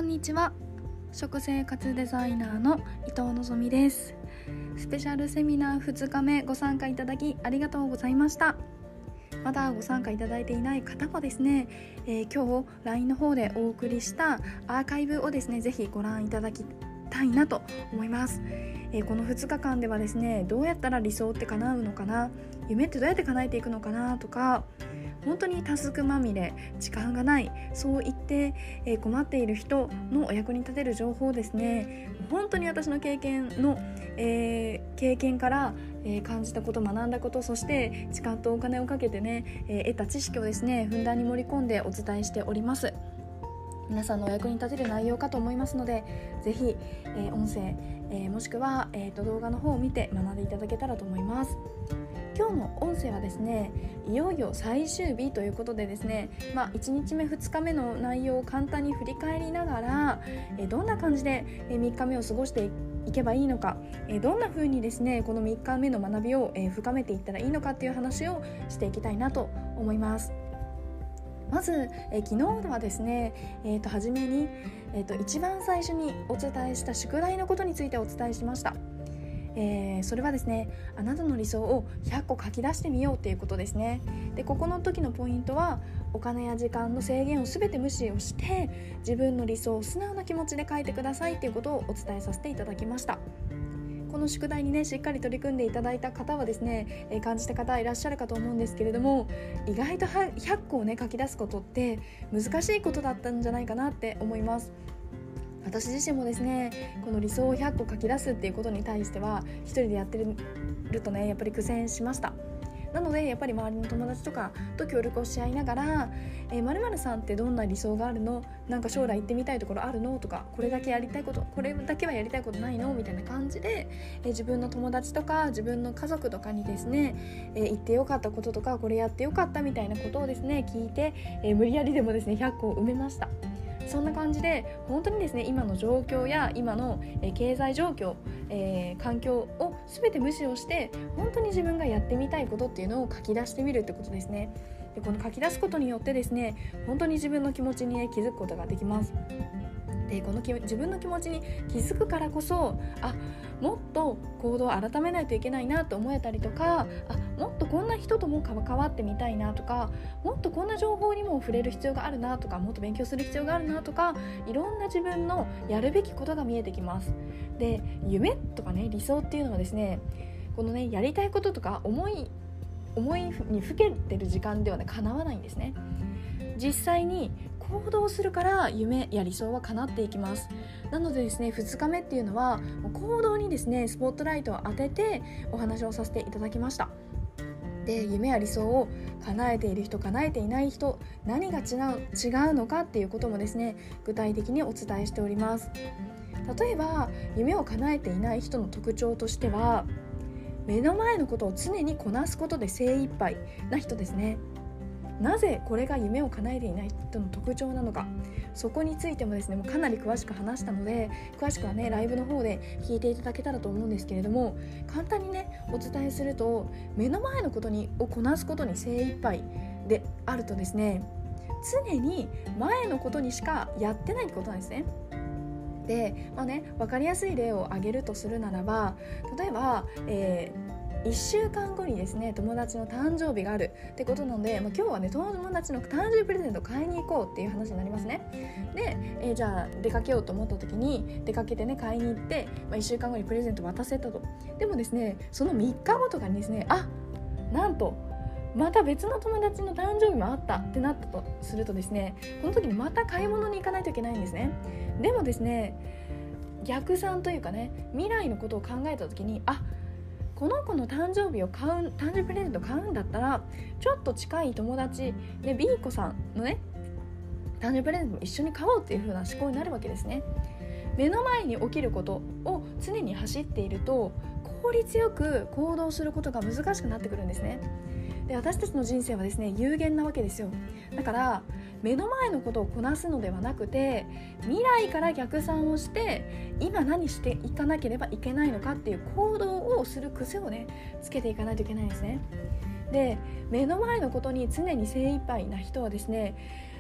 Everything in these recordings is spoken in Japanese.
んにちは。食生活デザイナーの伊藤のぞみです。スペシャルセミナー2日目ご参加いただきありがとうございました。まだご参加いただいていない方はですね、今日 LINE の方でお送りしたアーカイブをですね、ぜひご覧いただきたいなと思います。この2日間ではですね、どうやったら理想って叶うのかな、夢ってどうやって叶えていくのかなとか、本当にタスクまみれ、時間がない、そう言って、困っている人のお役に立てる情報をですね、本当に私の経験から、感じたこと、学んだこと、そして時間とお金をかけてね、得た知識をですね、ふんだんに盛り込んでお伝えしております。皆さんのお役に立てる内容かと思いますので、ぜひ、音声、もしくは、動画の方を見て学んでいただけたらと思います。今日の音声はですね、いよいよ最終日ということでですね、1日目2日目の内容を簡単に振り返りながら、どんな感じで3日目を過ごしていけばいいのか、どんな風にですねこの3日目の学びを深めていったらいいのかっていう話をしていきたいなと思います。まず、昨日はですね、初めに、一番最初にお伝えした宿題のことについてお伝えしました。それはですね、あなたの理想を100個書き出してみようっていうことですね。で、ここの時のポイントは、お金や時間の制限を全て無視をして自分の理想を素直な気持ちで書いてくださいっていうことをお伝えさせていただきました。この宿題にね、しっかり取り組んでいただいた方はですね、感じた方いらっしゃるかと思うんですけれども、意外と100個をね書き出すことって難しいことだったんじゃないかなって思います。私自身もですね、この理想を100個書き出すっていうことに対しては一人でやってるとね、やっぱり苦戦しました。なのでやっぱり周りの友達とかと協力をし合いながら、〇〇さんってどんな理想があるの、なんか将来行ってみたいところあるのとか、これだけやりたいこと、これだけはやりたいことないのみたいな感じで、自分の友達とか自分の家族とかにですね、言ってよかったこととか、これやってよかったみたいなことをですね聞いて、無理やりでもですね100個を埋めました。そんな感じで本当にですね、今の状況や今の経済状況、環境を全て無視をして、本当に自分がやってみたいことっていうのを書き出してみるってことですね。で、この書き出すことによってですね、本当に自分の気持ちに、気づくことができます。で、この自分の気持ちに気づくからこそ、もっと行動を改めないといけないなと思えたりとか、もっとこんな人とも関わってみたいなとか、もっとこんな情報にも触れる必要があるなとか、もっと勉強する必要があるなとか、いろんな自分のやるべきことが見えてきます。で、夢とかね、理想っていうのはですね、このね、やりたいこととか思いにふけてる時間ではね、叶わないんですね。実際に行動するから夢や理想は叶っていきます。なのでですね、2日目っていうのは行動にですねスポットライトを当ててお話をさせていただきました。で、夢や理想を叶えている人、叶えていない人、何が違うのかっていうこともですね、具体的にお伝えしております。例えば夢を叶えていない人の特徴としては、目の前のことを常にこなすことで精一杯な人ですね。なぜこれが夢を叶えていない人の特徴なのか、そこについてもですね、もうかなり詳しく話したので、詳しくはねライブの方で聞いていただけたらと思うんですけれども、簡単にねお伝えすると、目の前のことをこなすことに精一杯であるとですね、常に前のことにしかやってないってことなんですね。で、分かりやすい例を挙げるとするならば、例えば、1週間後にですね友達の誕生日があるってことなので、今日はね友達の誕生日プレゼントを買いに行こうっていう話になりますね。で、じゃあ出かけようと思った時に出かけてね買いに行って、1週間後にプレゼント渡せたと。でもですね、その3日後とかにですね、なんとまた別の友達の誕生日もあったってなったとするとですね、この時にまた買い物に行かないといけないんですね。でもですね、逆算というかね、未来のことを考えた時に、この子の誕生日プレゼントを買うんだったら、ちょっと近い友達で B 子さんのね誕生日プレゼントも一緒に買おうっていう風な思考になるわけですね。目の前に起きることを常に走っていると、効率よく行動することが難しくなってくるんですね。で、私たちの人生はですね有限なわけですよ。だから目の前のことをこなすのではなくて、未来から逆算をして今何していかなければいけないのかっていう行動をする癖をねつけていかないといけないんですね。で、目の前のことに常に精一杯な人はですね、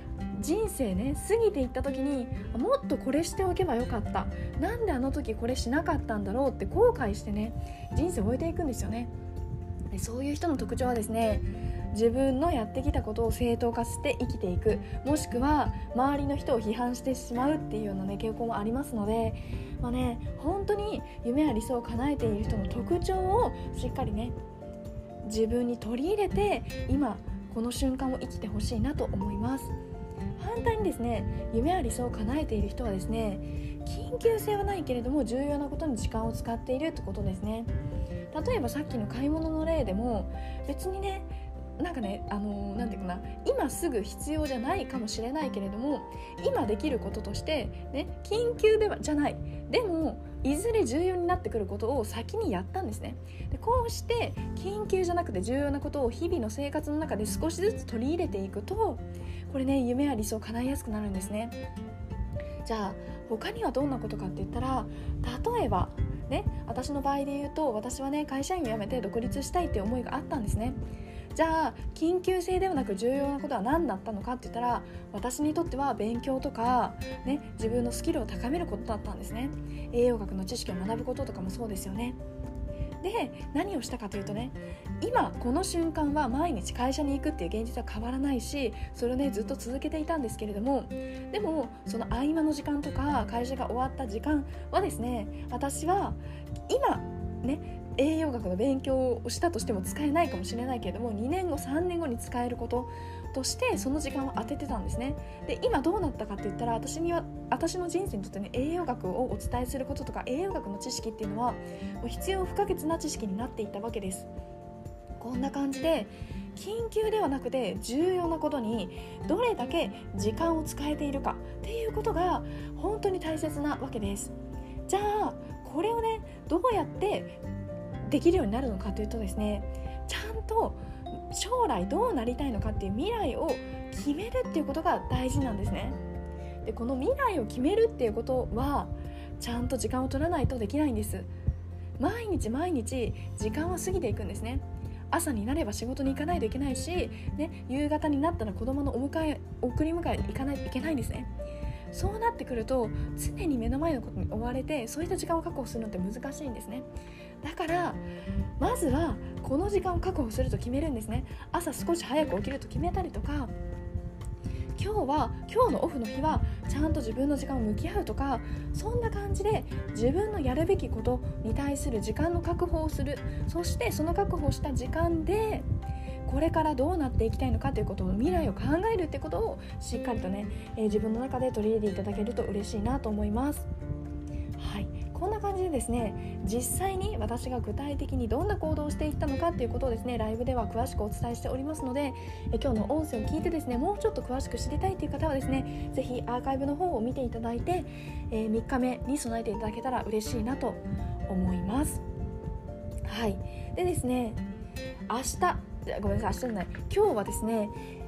人生ね過ぎていった時にもっとこれしておけばよかった、なんであの時これしなかったんだろうって後悔してね人生を終えていくんですよね。でそういう人の特徴はですね、自分のやってきたことを正当化して生きていく、もしくは周りの人を批判してしまうっていうような、ね、傾向もありますので、本当に夢や理想を叶えている人の特徴をしっかりね自分に取り入れて今この瞬間を生きてほしいなと思います。反対にですね、夢や理想を叶えている人はですね、緊急性はないけれども重要なことに時間を使っているってことですね。例えばさっきの買い物の例でも別にねなんていうかな、今すぐ必要じゃないかもしれないけれども今できることとして、ね、緊急じゃない、でもいずれ重要になってくることを先にやったんですね。でこうして緊急じゃなくて重要なことを日々の生活の中で少しずつ取り入れていくと、これね夢や理想を叶えやすくなるんですね。じゃあ他にはどんなことかって言ったら、例えばね、私の場合で言うと私はね会社員を辞めて独立したいっていう思いがあったんですね。じゃあ緊急性ではなく重要なことは何だったのかって言ったら、私にとっては勉強とか、ね、自分のスキルを高めることだったんですね。栄養学の知識を学ぶこととかもそうですよね。で何をしたかというとね、今この瞬間は毎日会社に行くっていう現実は変わらないし、それをねずっと続けていたんですけれども、でもその合間の時間とか会社が終わった時間はですね、私は今ね栄養学の勉強をしたとしても使えないかもしれないけれども、2年後3年後に使えることとしてその時間を当ててたんですね。で今どうなったかって言ったら、私の人生にとってね栄養学をお伝えすることとか栄養学の知識っていうのはもう必要不可欠な知識になっていったわけです。こんな感じで緊急ではなくて重要なことにどれだけ時間を使えているかっていうことが本当に大切なわけです。じゃあこれをねどうやってできるようになるのかというとですね、ちゃんと将来どうなりたいのかっていう未来を決めるっていうことが大事なんですね。でこの未来を決めるっていうことはちゃんと時間を取らないとできないんです。毎日毎日時間は過ぎていくんですね。朝になれば仕事に行かないといけないし、ね、夕方になったら子供の送り迎えに行かないといけないんですね。そうなってくると常に目の前のことに追われて、そういった時間を確保するのって難しいんですね。だからまずはこの時間を確保すると決めるんですね。朝少し早く起きると決めたりとか、今日のオフの日はちゃんと自分の時間を向き合うとか、そんな感じで自分のやるべきことに対する時間の確保をする。そしてその確保した時間でこれからどうなっていきたいのかということを、未来を考えるということをしっかりとね、自分の中で取り入れていただけると嬉しいなと思います。はい、こんな感じでですね、実際に私が具体的にどんな行動をしていったのかということをですね、ライブでは詳しくお伝えしておりますので、今日の音声を聞いてですね、もうちょっと詳しく知りたいという方はですね、ぜひアーカイブの方を見ていただいて、3日目に備えていただけたら嬉しいなと思います。はい、でですね、今日はですね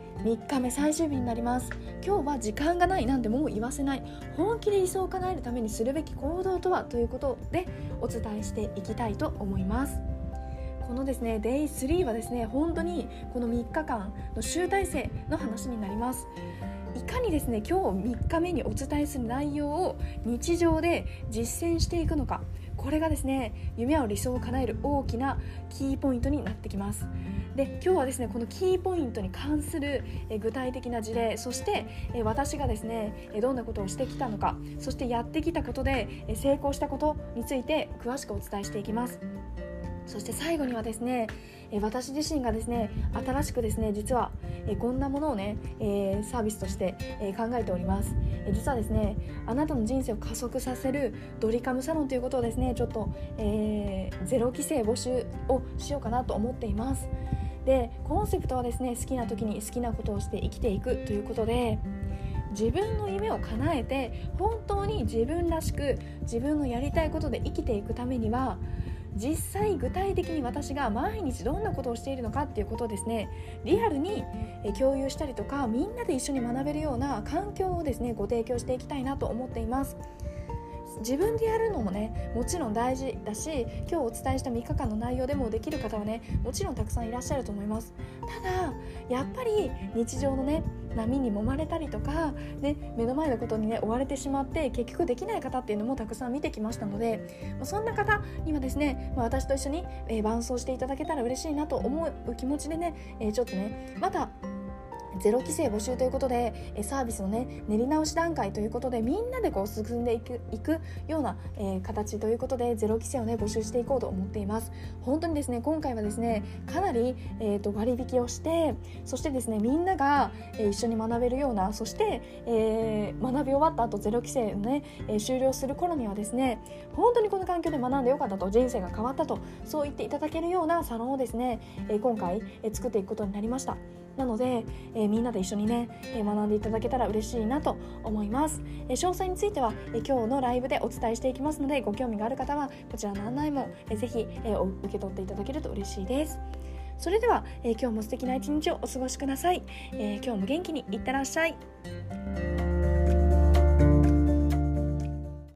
3日目最終日になります。今日は時間がない、なんでもう言わせない、本気で理想を叶えるためにするべき行動とはということでお伝えしていきたいと思います。このですね Day3 はですね、本当にこの3日間の集大成の話になります。いかにですね今日3日目にお伝えする内容を日常で実践していくのか、これがですね夢や理想を叶える大きなキーポイントになってきます。で今日はですねこのキーポイントに関する具体的な事例、そして私がですねどんなことをしてきたのか、そしてやってきたことで成功したことについて詳しくお伝えしていきます。そして最後にはですね、私自身がですね新しくですね実はこんなものをねサービスとして考えております。実はですね、あなたの人生を加速させるドリカムサロンということをですねちょっとゼロ規制募集をしようかなと思っています。でコンセプトはですね、好きな時に好きなことをして生きていくということで、自分の夢を叶えて本当に自分らしく自分のやりたいことで生きていくためには、実際具体的に私が毎日どんなことをしているのかっていうことをですねリアルに共有したりとか、みんなで一緒に学べるような環境をですねご提供していきたいなと思っています。自分でやるのもねもちろん大事だし、今日お伝えした3日間の内容でもできる方はねもちろんたくさんいらっしゃると思います。ただやっぱり日常のね波に揉まれたりとか、目の前のことに追われてしまって結局できない方っていうのもたくさん見てきましたので、そんな方にはですね、私と一緒に伴走していただけたら嬉しいなと思う気持ちでね、ちょっとねまたゼロ規制募集ということで、サービスの練り直し段階ということで、みんなで進んでいくような、形ということで、ゼロ規制を募集していこうと思っています。本当にですね、今回はですねかなり、割引をして、そしてですねみんなが、一緒に学べるような、そして、学び終わった後ゼロ規制を終了する頃にはですね、本当にこの環境で学んでよかったと、人生が変わったと、そう言っていただけるようなサロンをですね、今回、作っていくことになりました。なので、みんなで一緒に学んでいただけたら嬉しいなと思います。詳細については、今日のライブでお伝えしていきますので、ご興味がある方はこちらの案内も、ぜひ、受け取っていただけると嬉しいです。それでは、今日も素敵な一日をお過ごしください。今日も元気にいってらっしゃい。